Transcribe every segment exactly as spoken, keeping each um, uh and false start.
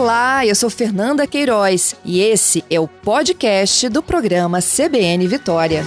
Olá, eu sou Fernanda Queiroz e esse é o podcast do programa C B N Vitória.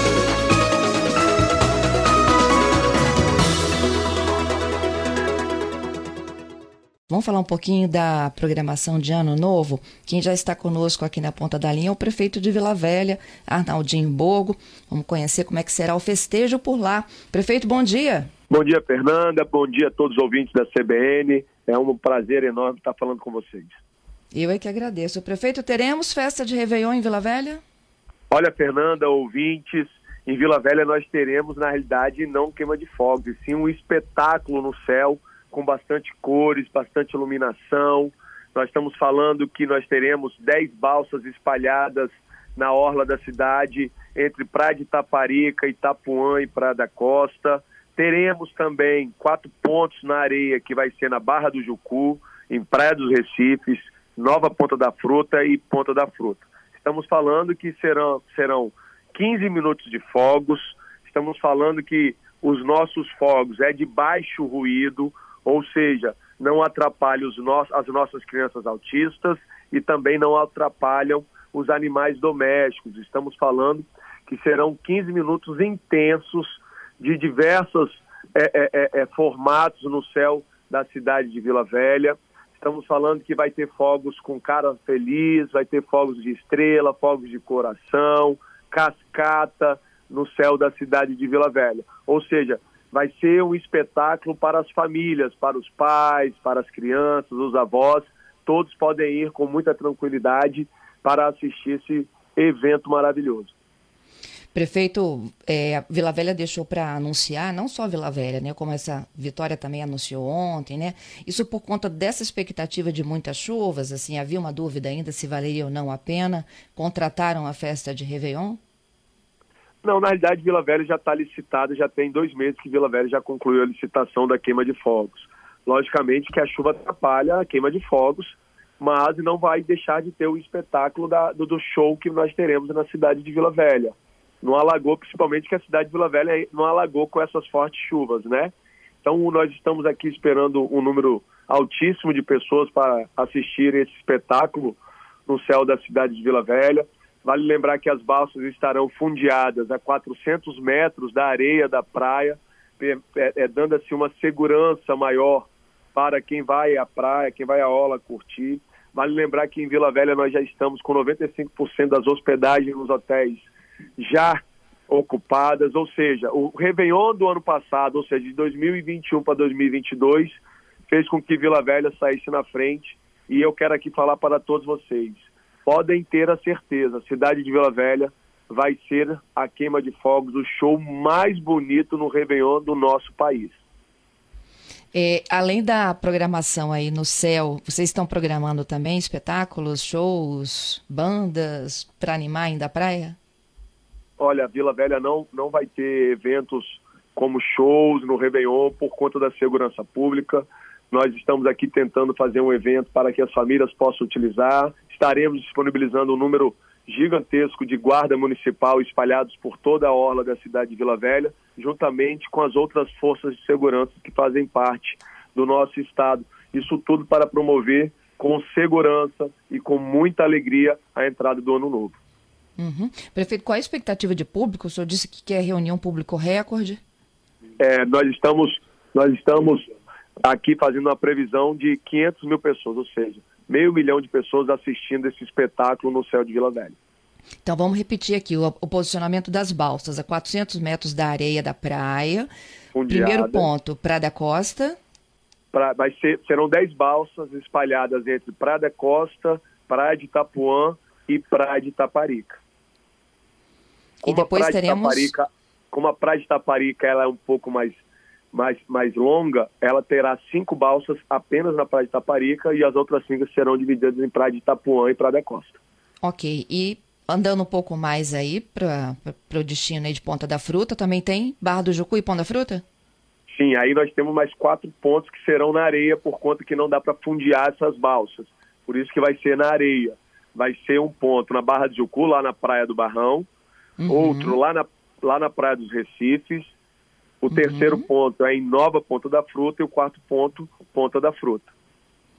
Vamos falar um pouquinho da programação de Ano Novo. Quem já está conosco aqui na ponta da linha é o prefeito de Vila Velha, Arnaldinho Bogo. Vamos conhecer como é que será o festejo por lá. Prefeito, bom dia. Bom dia, Fernanda. Bom dia a todos os ouvintes da C B N. É um prazer enorme estar falando com vocês. Eu é que agradeço. Prefeito, teremos festa de Réveillon em Vila Velha? Olha, Fernanda, ouvintes, em Vila Velha nós teremos, na realidade, não queima de fogos, e sim um espetáculo no céu, com bastante cores, bastante iluminação. Nós estamos falando que nós teremos dez balsas espalhadas na orla da cidade, entre Praia de Itaparica, Itapuã e Praia da Costa. Teremos também quatro pontos na areia, que vai ser na Barra do Jucu, em Praia dos Recifes, Nova Ponta da Fruta e Ponta da Fruta. Estamos falando que serão, serão quinze minutos de fogos. Estamos falando que os nossos fogos é de baixo ruído, ou seja, não atrapalham os no- as nossas crianças autistas e também não atrapalham os animais domésticos. Estamos falando que serão quinze minutos intensos de diversos é, é, é, formatos no céu da cidade de Vila Velha. Estamos falando que vai ter fogos com cara feliz, vai ter fogos de estrela, fogos de coração, cascata no céu da cidade de Vila Velha. Ou seja, vai ser um espetáculo para as famílias, para os pais, para as crianças, os avós. Todos podem ir com muita tranquilidade para assistir esse evento maravilhoso. Prefeito, é, Vila Velha deixou para anunciar, não só Vila Velha, né, como essa Vitória também anunciou ontem, né? Isso por conta dessa expectativa de muitas chuvas, assim, havia uma dúvida ainda se valeria ou não a pena. Contrataram a festa de Réveillon? Não, na realidade, Vila Velha já está licitada, já tem dois meses que Vila Velha já concluiu a licitação da queima de fogos. Logicamente que a chuva atrapalha a queima de fogos, mas não vai deixar de ter o espetáculo da, do, do show que nós teremos na cidade de Vila Velha. Não alagou, principalmente que a cidade de Vila Velha não alagou com essas fortes chuvas, né? Então nós estamos aqui esperando um número altíssimo de pessoas para assistir esse espetáculo no céu da cidade de Vila Velha. Vale lembrar que as balsas estarão fundeadas a quatrocentos metros da areia da praia, é, é, é, dando assim uma segurança maior para quem vai à praia, quem vai à orla curtir. Vale lembrar que em Vila Velha nós já estamos com noventa e cinco por cento das hospedagens nos hotéis já ocupadas, ou seja, o Réveillon do ano passado, ou seja, de dois mil e vinte e um para dois mil e vinte e dois, fez com que Vila Velha saísse na frente, e eu quero aqui falar para todos vocês, podem ter a certeza, a cidade de Vila Velha vai ser a queima de fogos, o show mais bonito no Réveillon do nosso país. É, além da programação aí no céu, vocês estão programando também espetáculos, shows, bandas para animar ainda a praia? Olha, a Vila Velha não, não vai ter eventos como shows no Réveillon por conta da segurança pública. Nós estamos aqui tentando fazer um evento para que as famílias possam utilizar. Estaremos disponibilizando um número gigantesco de guarda municipal espalhados por toda a orla da cidade de Vila Velha, juntamente com as outras forças de segurança que fazem parte do nosso estado. Isso tudo para promover com segurança e com muita alegria a entrada do Ano Novo. Uhum. Prefeito, qual a expectativa de público? O senhor disse que quer reunir um público recorde? É, nós estamos, nós estamos aqui fazendo uma previsão de quinhentas mil pessoas, ou seja, meio milhão de pessoas assistindo esse espetáculo no céu de Vila Velha. Então vamos repetir aqui o, o posicionamento das balsas a quatrocentos metros da areia da praia. Fundeada. Primeiro ponto, Praia da Costa. Pra, vai ser, serão dez balsas espalhadas entre Praia da Costa, Praia de Itapuã e Praia de Itaparica. E depois teremos... Itaparica, como a Praia de Itaparica ela é um pouco mais, mais, mais longa, ela terá cinco balsas apenas na Praia de Itaparica e as outras cinco serão divididas em Praia de Itapuã e Praia da Costa. Ok, e andando um pouco mais aí para o destino aí de Ponta da Fruta, também tem Barra do Jucu e Ponta da Fruta? Sim, aí nós temos mais quatro pontos que serão na areia por conta que não dá para fundear essas balsas. Por isso que vai ser na areia. Vai ser um ponto na Barra do Jucu, lá na Praia do Barrão, uhum. Outro lá na, lá na Praia dos Recifes, o uhum. terceiro ponto é em Nova Ponta da Fruta e o quarto ponto, Ponta da Fruta.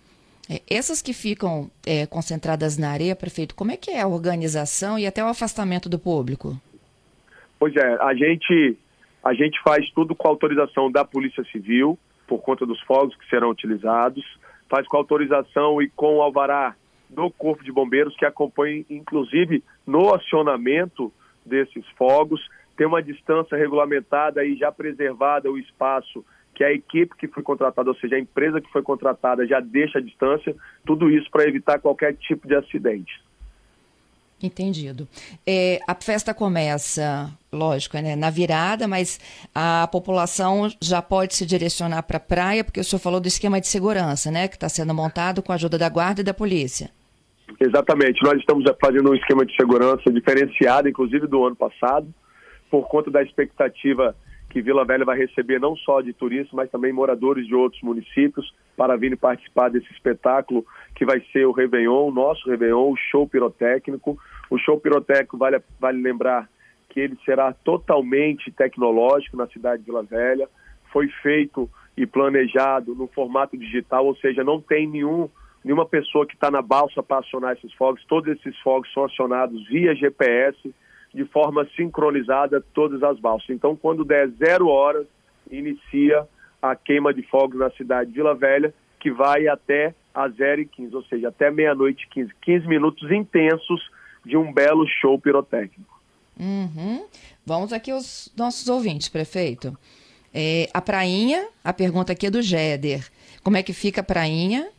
É, essas que ficam é, concentradas na areia, prefeito, como é que é a organização e até o afastamento do público? Pois é, a gente, a gente faz tudo com autorização da Polícia Civil, por conta dos fogos que serão utilizados, faz com autorização e com o alvará do Corpo de Bombeiros, que acompanha, inclusive, no acionamento desses fogos. Tem uma distância regulamentada e já preservada o espaço, que a equipe que foi contratada, ou seja, a empresa que foi contratada já deixa a distância, tudo isso para evitar qualquer tipo de acidente. Entendido. É, a festa começa, lógico, né, na virada, mas a população já pode se direcionar para a praia, porque o senhor falou do esquema de segurança, né, que está sendo montado com a ajuda da guarda e da polícia. Exatamente. Nós estamos fazendo um esquema de segurança diferenciado, inclusive do ano passado, por conta da expectativa que Vila Velha vai receber não só de turistas, mas também moradores de outros municípios para virem participar desse espetáculo que vai ser o Réveillon, o nosso Réveillon, o show pirotécnico. O show pirotécnico, vale, vale lembrar que ele será totalmente tecnológico na cidade de Vila Velha. Foi feito e planejado no formato digital, ou seja, não tem nenhum, nenhuma pessoa que está na balsa para acionar esses fogos. Todos esses fogos são acionados via G P S, de forma sincronizada, todas as balsas. Então, quando der zero horas, inicia a queima de fogos na cidade de Vila Velha, que vai até às zero e quinze, ou seja, até meia-noite e quinze. quinze minutos intensos de um belo show pirotécnico. Uhum. Vamos aqui aos nossos ouvintes, prefeito. É, a prainha, a pergunta aqui é do Géder. Como é que fica a prainha?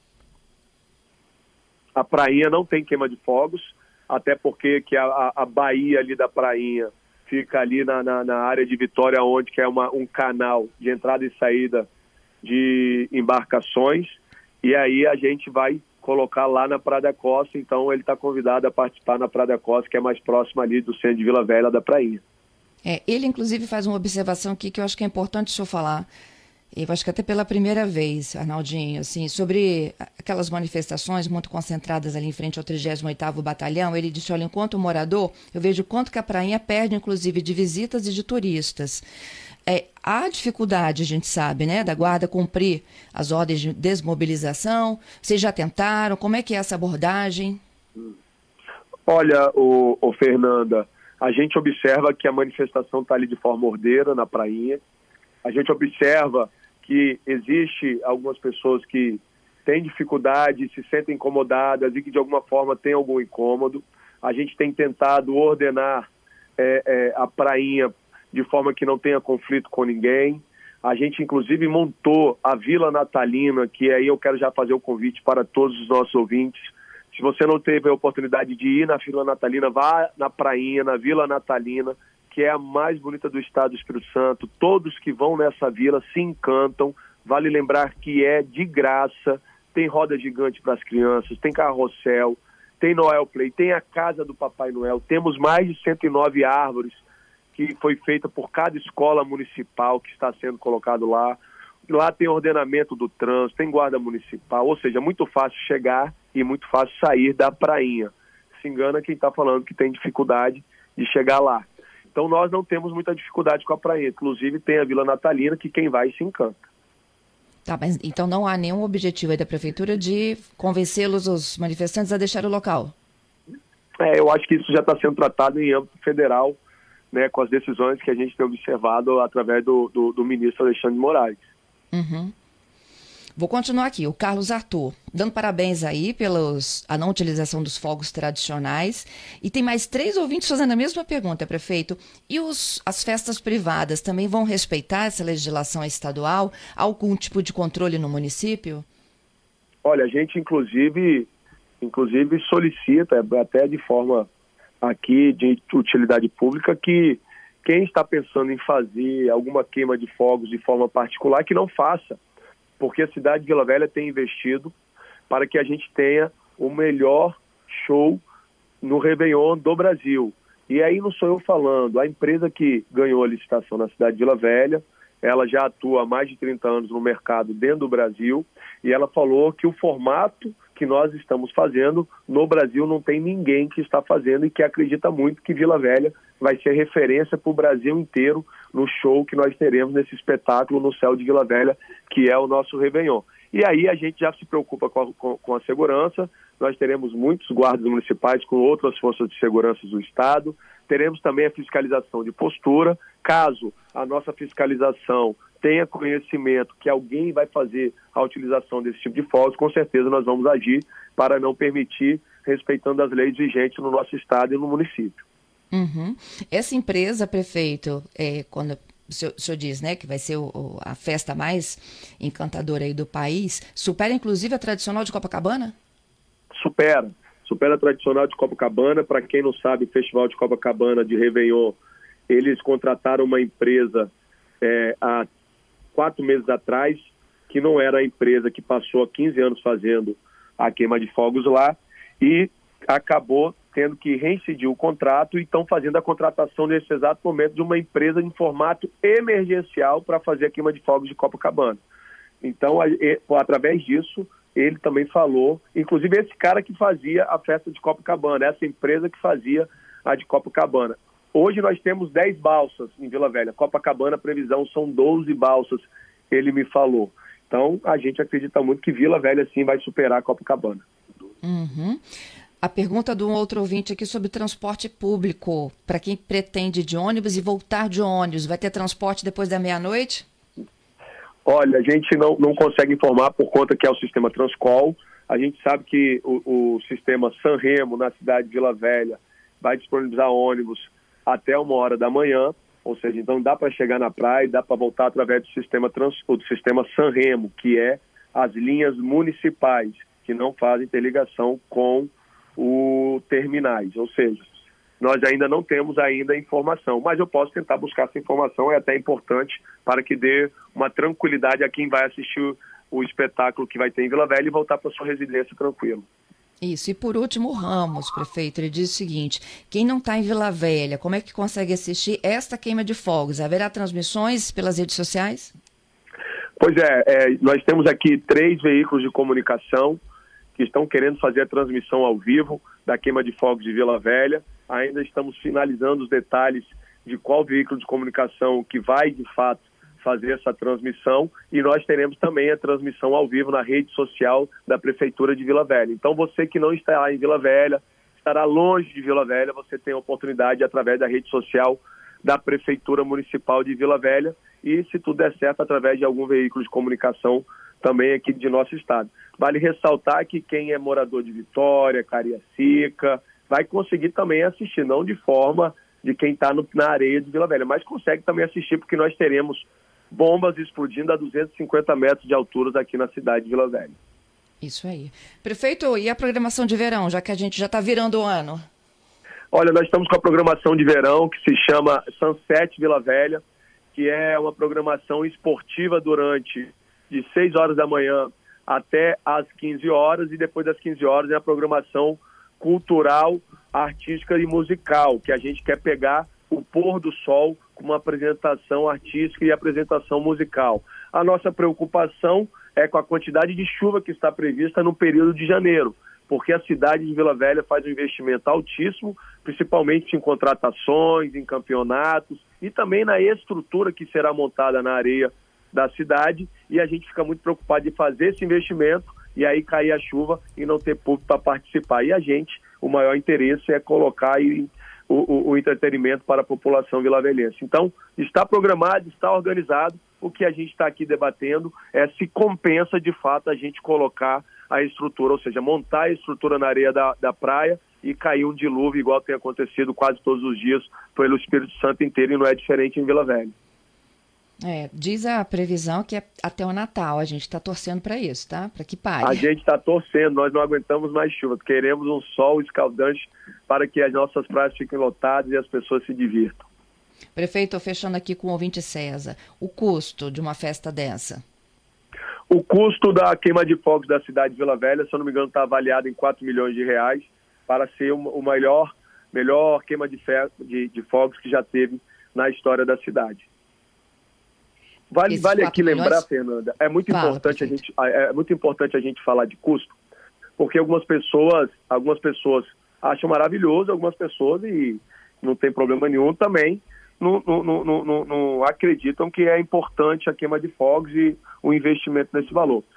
A prainha não tem queima de fogos, até porque que a, a baía ali da prainha fica ali na, na, na área de Vitória, onde que é uma, um canal de entrada e saída de embarcações, e aí a gente vai colocar lá na Praia da Costa, então ele está convidado a participar na Praia da Costa, que é mais próxima ali do centro de Vila Velha da prainha. É, ele, inclusive, faz uma observação aqui que eu acho que é importante o senhor falar, eu acho que até pela primeira vez, Arnaldinho, assim, sobre aquelas manifestações muito concentradas ali em frente ao trigésimo oitavo Batalhão. Ele disse, olha, enquanto morador, eu vejo quanto que a prainha perde, inclusive, de visitas e de turistas. É, há dificuldade, a gente sabe, né, da guarda cumprir as ordens de desmobilização. Vocês já tentaram? Como é que é essa abordagem? Olha, o, o Fernanda, a gente observa que a manifestação está ali de forma ordeira na prainha. A gente observa que existe algumas pessoas que têm dificuldade, se sentem incomodadas e que de alguma forma têm algum incômodo. A gente tem tentado ordenar é, é, a prainha de forma que não tenha conflito com ninguém. A gente inclusive montou a Vila Natalina, que aí eu quero já fazer o convite para todos os nossos ouvintes. Se você não teve a oportunidade de ir na Vila Natalina, vá na prainha, na Vila Natalina, que é a mais bonita do estado do Espírito Santo. Todos que vão nessa vila se encantam. Vale lembrar que é de graça, tem roda gigante para as crianças, tem carrossel, tem Noel Play, tem a casa do Papai Noel, temos mais de cento e nove árvores que foi feita por cada escola municipal que está sendo colocado lá. Lá tem ordenamento do trânsito, tem guarda municipal, ou seja, muito fácil chegar e muito fácil sair da prainha. Se engana quem está falando que tem dificuldade de chegar lá. Então nós não temos muita dificuldade com a praia, inclusive tem a Vila Natalina, que quem vai se encanta. Tá, mas então não há nenhum objetivo aí da Prefeitura de convencê-los, os manifestantes, a deixar o local? É, eu acho que isso já está sendo tratado em âmbito federal, né, com as decisões que a gente tem observado através do, do, do ministro Alexandre de Moraes. Uhum. Vou continuar aqui. O Carlos Arthur, dando parabéns aí pela a não utilização dos fogos tradicionais. E tem mais três ouvintes fazendo a mesma pergunta, prefeito. E os, as festas privadas também vão respeitar essa legislação estadual? Há algum tipo de controle no município? Olha, a gente inclusive, inclusive solicita, até de forma aqui de utilidade pública, que quem está pensando em fazer alguma queima de fogos de forma particular, que não faça. Porque a cidade de Vila Velha tem investido para que a gente tenha o melhor show no Réveillon do Brasil. E aí não sou eu falando, a empresa que ganhou a licitação na cidade de Vila Velha, ela já atua há mais de trinta anos no mercado dentro do Brasil, e ela falou que o formato que nós estamos fazendo no Brasil não tem ninguém que está fazendo e que acredita muito que Vila Velha vai ser referência para o Brasil inteiro no show que nós teremos nesse espetáculo no céu de Vila Velha, que é o nosso Réveillon. E aí a gente já se preocupa com a, com, com a segurança. Nós teremos muitos guardas municipais com outras forças de segurança do Estado. Teremos também a fiscalização de postura. Caso a nossa fiscalização tenha conhecimento que alguém vai fazer a utilização desse tipo de fogos, com certeza nós vamos agir para não permitir, respeitando as leis vigentes no nosso Estado e no município. Uhum. Essa empresa, prefeito, é, quando o senhor, o senhor diz, né, que vai ser o, a festa mais encantadora aí do país, supera inclusive a tradicional de Copacabana? Supera. Supera a tradicional de Copacabana. Para quem não sabe, o Festival de Copacabana de Réveillon, eles contrataram uma empresa é, há quatro meses atrás, que não era a empresa que passou há quinze anos fazendo a queima de fogos lá, e acabou tendo que reincidir o contrato e estão fazendo a contratação nesse exato momento de uma empresa em formato emergencial para fazer a queima de fogos de Copacabana. Então, a, e, através disso, ele também falou, inclusive esse cara que fazia a festa de Copacabana, essa empresa que fazia a de Copacabana. Hoje nós temos dez balsas em Vila Velha. Copacabana, a previsão são doze balsas, ele me falou. Então, a gente acredita muito que Vila Velha, sim, vai superar Copacabana. Uhum. A pergunta de um outro ouvinte aqui sobre transporte público. Para quem pretende ir de ônibus e voltar de ônibus, vai ter transporte depois da meia-noite? Olha, a gente não, não consegue informar por conta que é o sistema Transcol. A gente sabe que o, o sistema Sanremo, na cidade de Vila Velha, vai disponibilizar ônibus até uma hora da manhã, ou seja, então dá para chegar na praia e dá para voltar através do sistema, trans, do sistema Sanremo, que é as linhas municipais, que não fazem interligação com os terminais, ou seja, nós ainda não temos ainda informação, mas eu posso tentar buscar essa informação, é até importante para que dê uma tranquilidade a quem vai assistir o, o espetáculo que vai ter em Vila Velha e voltar para sua residência tranquilo. Isso, e por último, o Ramos, prefeito, ele diz o seguinte: quem não está em Vila Velha, como é que consegue assistir esta queima de fogos? Haverá transmissões pelas redes sociais? Pois é, é, nós temos aqui três veículos de comunicação que estão querendo fazer a transmissão ao vivo da queima de fogos de Vila Velha. Ainda estamos finalizando os detalhes de qual veículo de comunicação que vai, de fato, fazer essa transmissão, e nós teremos também a transmissão ao vivo na rede social da Prefeitura de Vila Velha. Então, você que não está em Vila Velha, estará longe de Vila Velha, você tem a oportunidade através da rede social da Prefeitura Municipal de Vila Velha e, se tudo der certo, através de algum veículo de comunicação também aqui de nosso estado. Vale ressaltar que quem é morador de Vitória, Cariacica, vai conseguir também assistir, não de forma de quem está na areia de Vila Velha, mas consegue também assistir, porque nós teremos bombas explodindo a duzentos e cinquenta metros de altura aqui na cidade de Vila Velha. Isso aí. Prefeito, e a programação de verão, já que a gente já está virando o ano? Olha, nós estamos com a programação de verão que se chama Sunset Vila Velha, que é uma programação esportiva durante de seis horas da manhã até às quinze horas, e depois das quinze horas é a programação cultural, artística e musical, que a gente quer pegar o pôr do sol com uma apresentação artística e apresentação musical. A nossa preocupação é com a quantidade de chuva que está prevista no período de janeiro, porque a cidade de Vila Velha faz um investimento altíssimo, principalmente em contratações, em campeonatos e também na estrutura que será montada na areia da cidade, e a gente fica muito preocupado de fazer esse investimento e aí cair a chuva e não ter público para participar. E a gente, o maior interesse é colocar aí o, o, o entretenimento para a população vilavelhense. Então, está programado, está organizado. O que a gente está aqui debatendo é se compensa de fato a gente colocar a estrutura, ou seja, montar a estrutura na areia da, da praia e cair um dilúvio igual tem acontecido quase todos os dias pelo Espírito Santo inteiro, e não é diferente em Vila Velha. É, diz a previsão que é até o Natal, a gente está torcendo para isso, tá? Para que pare. A gente está torcendo, nós não aguentamos mais chuva, queremos um sol escaldante para que as nossas praias fiquem lotadas e as pessoas se divirtam. Prefeito, fechando aqui com o ouvinte César, o custo de uma festa dessa? O custo da queima de fogos da cidade de Vila Velha, se eu não me engano, está avaliado em quatro milhões de reais para ser o melhor, melhor queima de, fe... de, de fogos que já teve na história da cidade. Vale, vale aqui milhões? Lembrar, Fernanda, é muito, Fala, importante a gente, é muito importante a gente falar de custo, porque algumas pessoas, algumas pessoas acham maravilhoso, algumas pessoas, e não tem problema nenhum, também não, não, não, não, não acreditam que é importante a queima de fogos e o investimento nesse valor.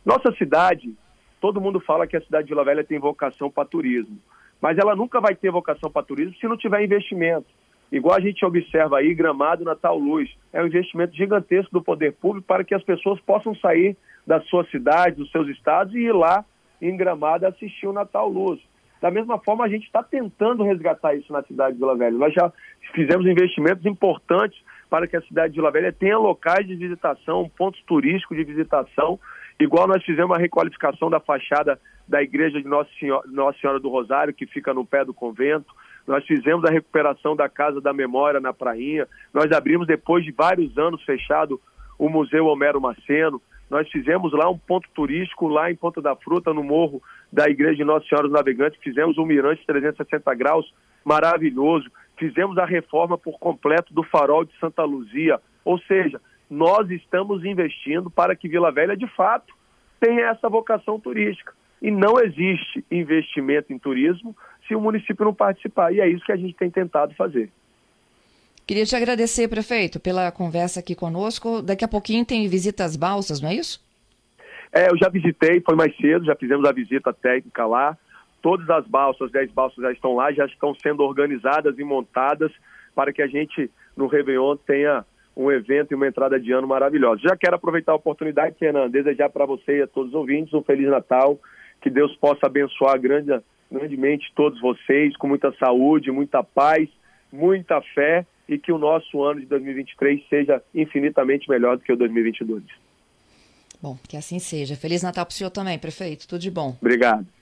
Nossa cidade, todo mundo fala que a cidade de Vila Velha tem vocação para turismo, mas ela nunca vai ter vocação para turismo se não tiver investimento. Igual a gente observa aí, Gramado, Natal Luz, é um investimento gigantesco do poder público para que as pessoas possam sair da sua cidade, dos seus estados e ir lá em Gramado assistir o Natal Luz. Da mesma forma, a gente está tentando resgatar isso na cidade de Vila Velha. Nós já fizemos investimentos importantes para que a cidade de Vila Velha tenha locais de visitação, pontos turísticos de visitação, igual nós fizemos a requalificação da fachada da igreja de Nossa Senhora, Nossa Senhora do Rosário, que fica no pé do convento. Nós fizemos a recuperação da Casa da Memória na Prainha. Nós abrimos, depois de vários anos fechado, o Museu Homero Maceno. Nós fizemos lá um ponto turístico, lá em Ponta da Fruta, no morro da Igreja de Nossa Senhora dos Navegantes. Fizemos um mirante trezentos e sessenta graus maravilhoso. Fizemos a reforma por completo do farol de Santa Luzia. Ou seja, nós estamos investindo para que Vila Velha, de fato, tenha essa vocação turística. E não existe investimento em turismo se o município não participar. E é isso que a gente tem tentado fazer. Queria te agradecer, prefeito, pela conversa aqui conosco. Daqui a pouquinho tem visita às balsas, não é isso? É, eu já visitei, foi mais cedo, já fizemos a visita técnica lá. Todas as balsas, as dez balsas já estão lá, já estão sendo organizadas e montadas para que a gente, no Réveillon, tenha um evento e uma entrada de ano maravilhosa. Já quero aproveitar a oportunidade, Fernando, desejar para você e a todos os ouvintes um Feliz Natal, que Deus possa abençoar grande, grandemente todos vocês, com muita saúde, muita paz, muita fé, e que o nosso ano de dois mil e vinte e três seja infinitamente melhor do que o dois mil e vinte e dois. Bom, que assim seja. Feliz Natal para o senhor também, prefeito. Tudo de bom. Obrigado.